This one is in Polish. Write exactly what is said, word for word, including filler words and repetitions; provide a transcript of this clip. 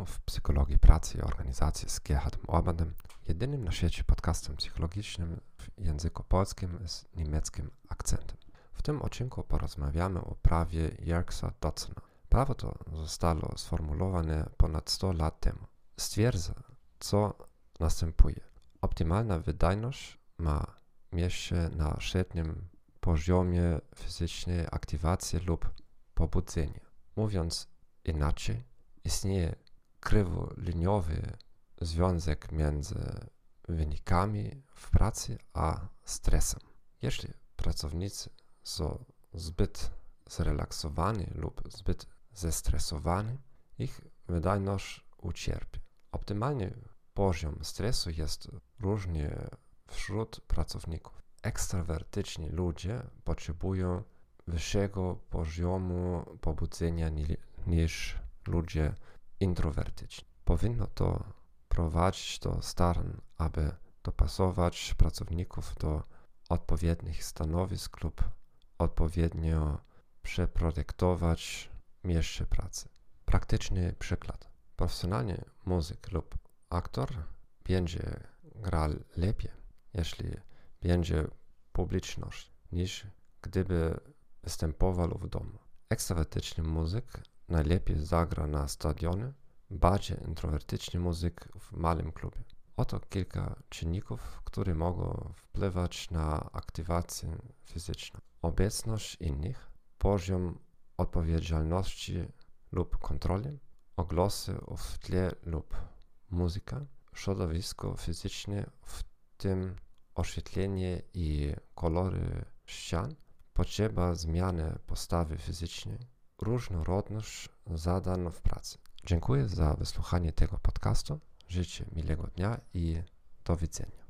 Rozmów Psychologii Pracy i Organizacji z Gerhardem Orbanem, jedynym na świecie podcastem psychologicznym w języku polskim z niemieckim akcentem. W tym odcinku porozmawiamy o prawie Yerkesa-Dodsona. Prawo to zostało sformułowane ponad sto lat temu. Stwierdza, co następuje. Optymalna wydajność ma miejsce na średnim poziomie fizycznej aktywacji lub pobudzenia. Mówiąc inaczej, istnieje krywoliniowy związek między wynikami w pracy a stresem. Jeśli pracownicy są zbyt zrelaksowani lub zbyt zestresowani, ich wydajność ucierpi. Optymalny poziom stresu jest różny wśród pracowników. Ekstrawertyczni ludzie potrzebują wyższego poziomu pobudzenia niż ludzie introwertyczni. Powinno to prowadzić do starań, aby dopasować pracowników do odpowiednich stanowisk lub odpowiednio przeprojektować miejsce pracy. Praktyczny przykład. Profesjonalny muzyk lub aktor będzie grał lepiej, jeśli będzie publiczność, niż gdyby występował w domu. Ekstrawertyczny muzyk najlepiej zagra na stadionie, bardziej introwertyczny muzyk w małym klubie. Oto kilka czynników, które mogą wpływać na aktywację fizyczną. Obecność innych, poziom odpowiedzialności lub kontroli, ogłosy w tle lub muzyka, środowisko fizyczne, w tym oświetlenie i kolory ścian, potrzeba zmiany postawy fizycznej, różnorodność zadań w pracy. Dziękuję za wysłuchanie tego podcastu. Życzę miłego dnia i do widzenia.